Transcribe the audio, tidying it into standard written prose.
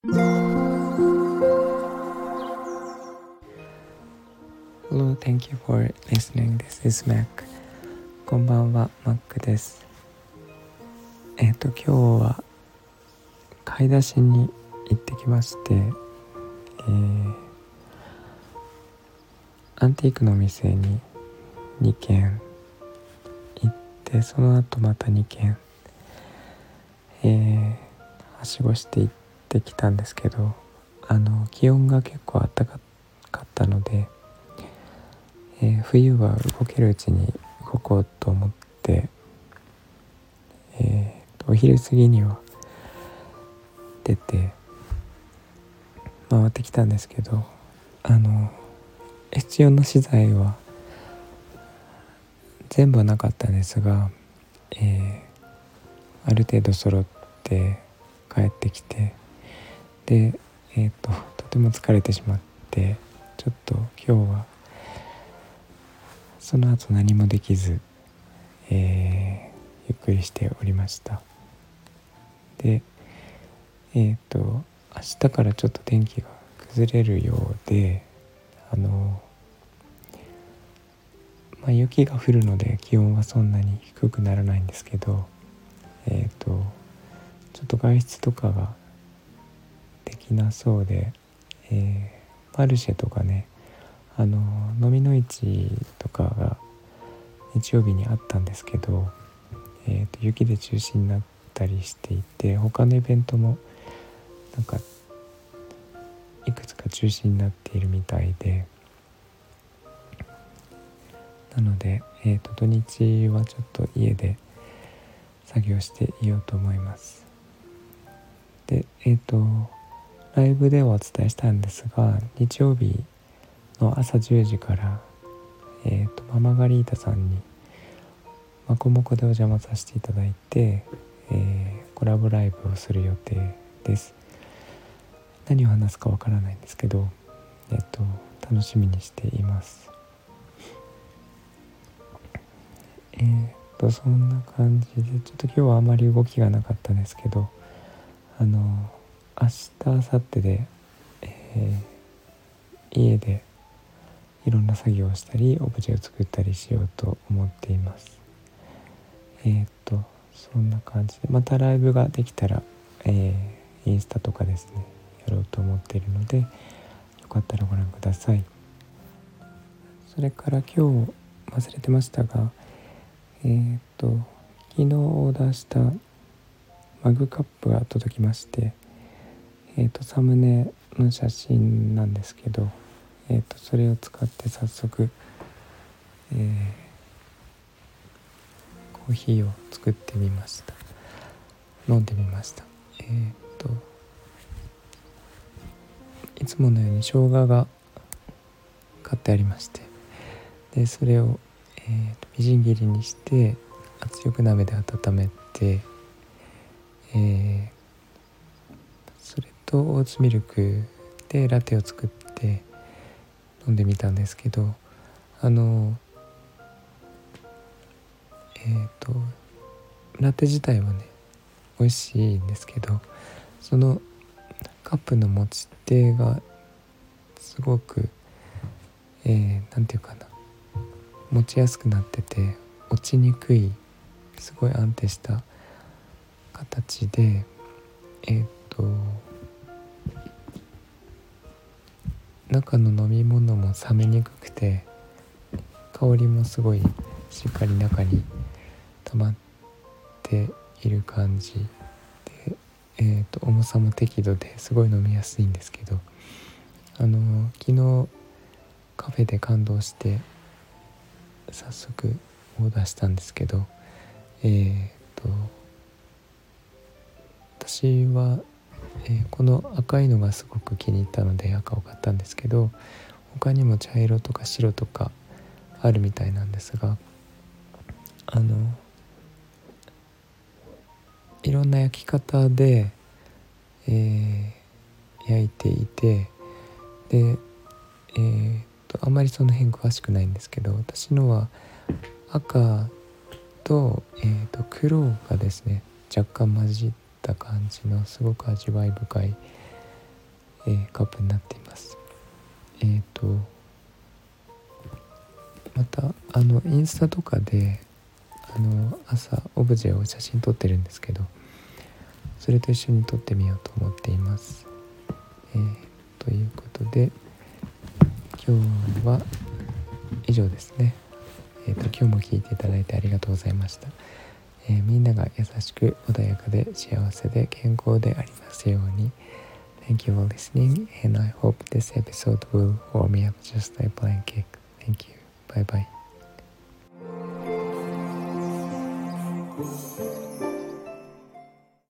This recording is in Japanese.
Hello, thank you for listening. This is Mac. こんばんは、Mac です。今日は買い出しに行ってきまして、アンティークの店に2軒行って、その後また2軒、はしごして行ってきたんですけど、気温が結構暖かかったので、冬は動けるうちに動こうと思って、お昼過ぎには出て回ってきたんですけど、必要な資材は全部はなかったんですが、ある程度揃って帰ってきて、で、とても疲れてしまって、ちょっと今日はその後何もできず、ゆっくりしておりました。で、明日からちょっと天気が崩れるようで、雪が降るので気温はそんなに低くならないんですけど、ちょっと外出とかができなそうで、マルシェとかね、飲みの市とかが日曜日にあったんですけど、雪で中止になったりしていて、他のイベントもなんかいくつか中止になっているみたいで、なので、土日はちょっと家で作業していようと思います。で、ライブではお伝えしたんですが、日曜日の朝10時から、ママガリータさんにマコモコでお邪魔させていただいて、コラボライブをする予定です。何を話すかわからないんですけど、楽しみにしています。そんな感じで、ちょっと今日はあまり動きがなかったんですけど、明日明後日で、家でいろんな作業をしたりオブジェを作ったりしようと思っています。そんな感じで、またライブができたら、インスタとかですね、やろうと思っているので、よかったらご覧ください。それから今日忘れてましたが、昨日オーダーしたマグカップが届きまして、サムネの写真なんですけど、それを使って早速、コーヒーを作ってみました。飲んでみました。いつものように生姜が買ってありまして、でそれを、みじん切りにして圧力鍋で温めて、それとオーツミルクでラテを作って飲んでみたんですけど、ラテ自体はね美味しいんですけど、そのカップの持ち手がすごく、なんていうかな、持ちやすくなってて落ちにくい、すごい安定した形で、中の飲み物も冷めにくくて、香りもすごいしっかり中に溜まっている感じで、重さも適度ですごい飲みやすいんですけど、昨日カフェで感動して早速オーダーしたんですけど、私は、この赤いのがすごく気に入ったので赤を買ったんですけど、他にも茶色とか白とかあるみたいなんですが、いろんな焼き方で、焼いていて、で、あんまりその辺詳しくないんですけど、私のは赤と、黒がですね若干混じった感じのすごく味わい深いカップになっています。またインスタとかで朝オブジェを写真撮ってるんですけど、それと一緒に撮ってみようと思っています。ということで今日は以上ですね。今日も聞いていただいてありがとうございました。みんなが優しく穏やかで幸せで健康でありますように。Thank you for listening, and I hope this episode will warm me up just like blanket. Thank you. Bye bye.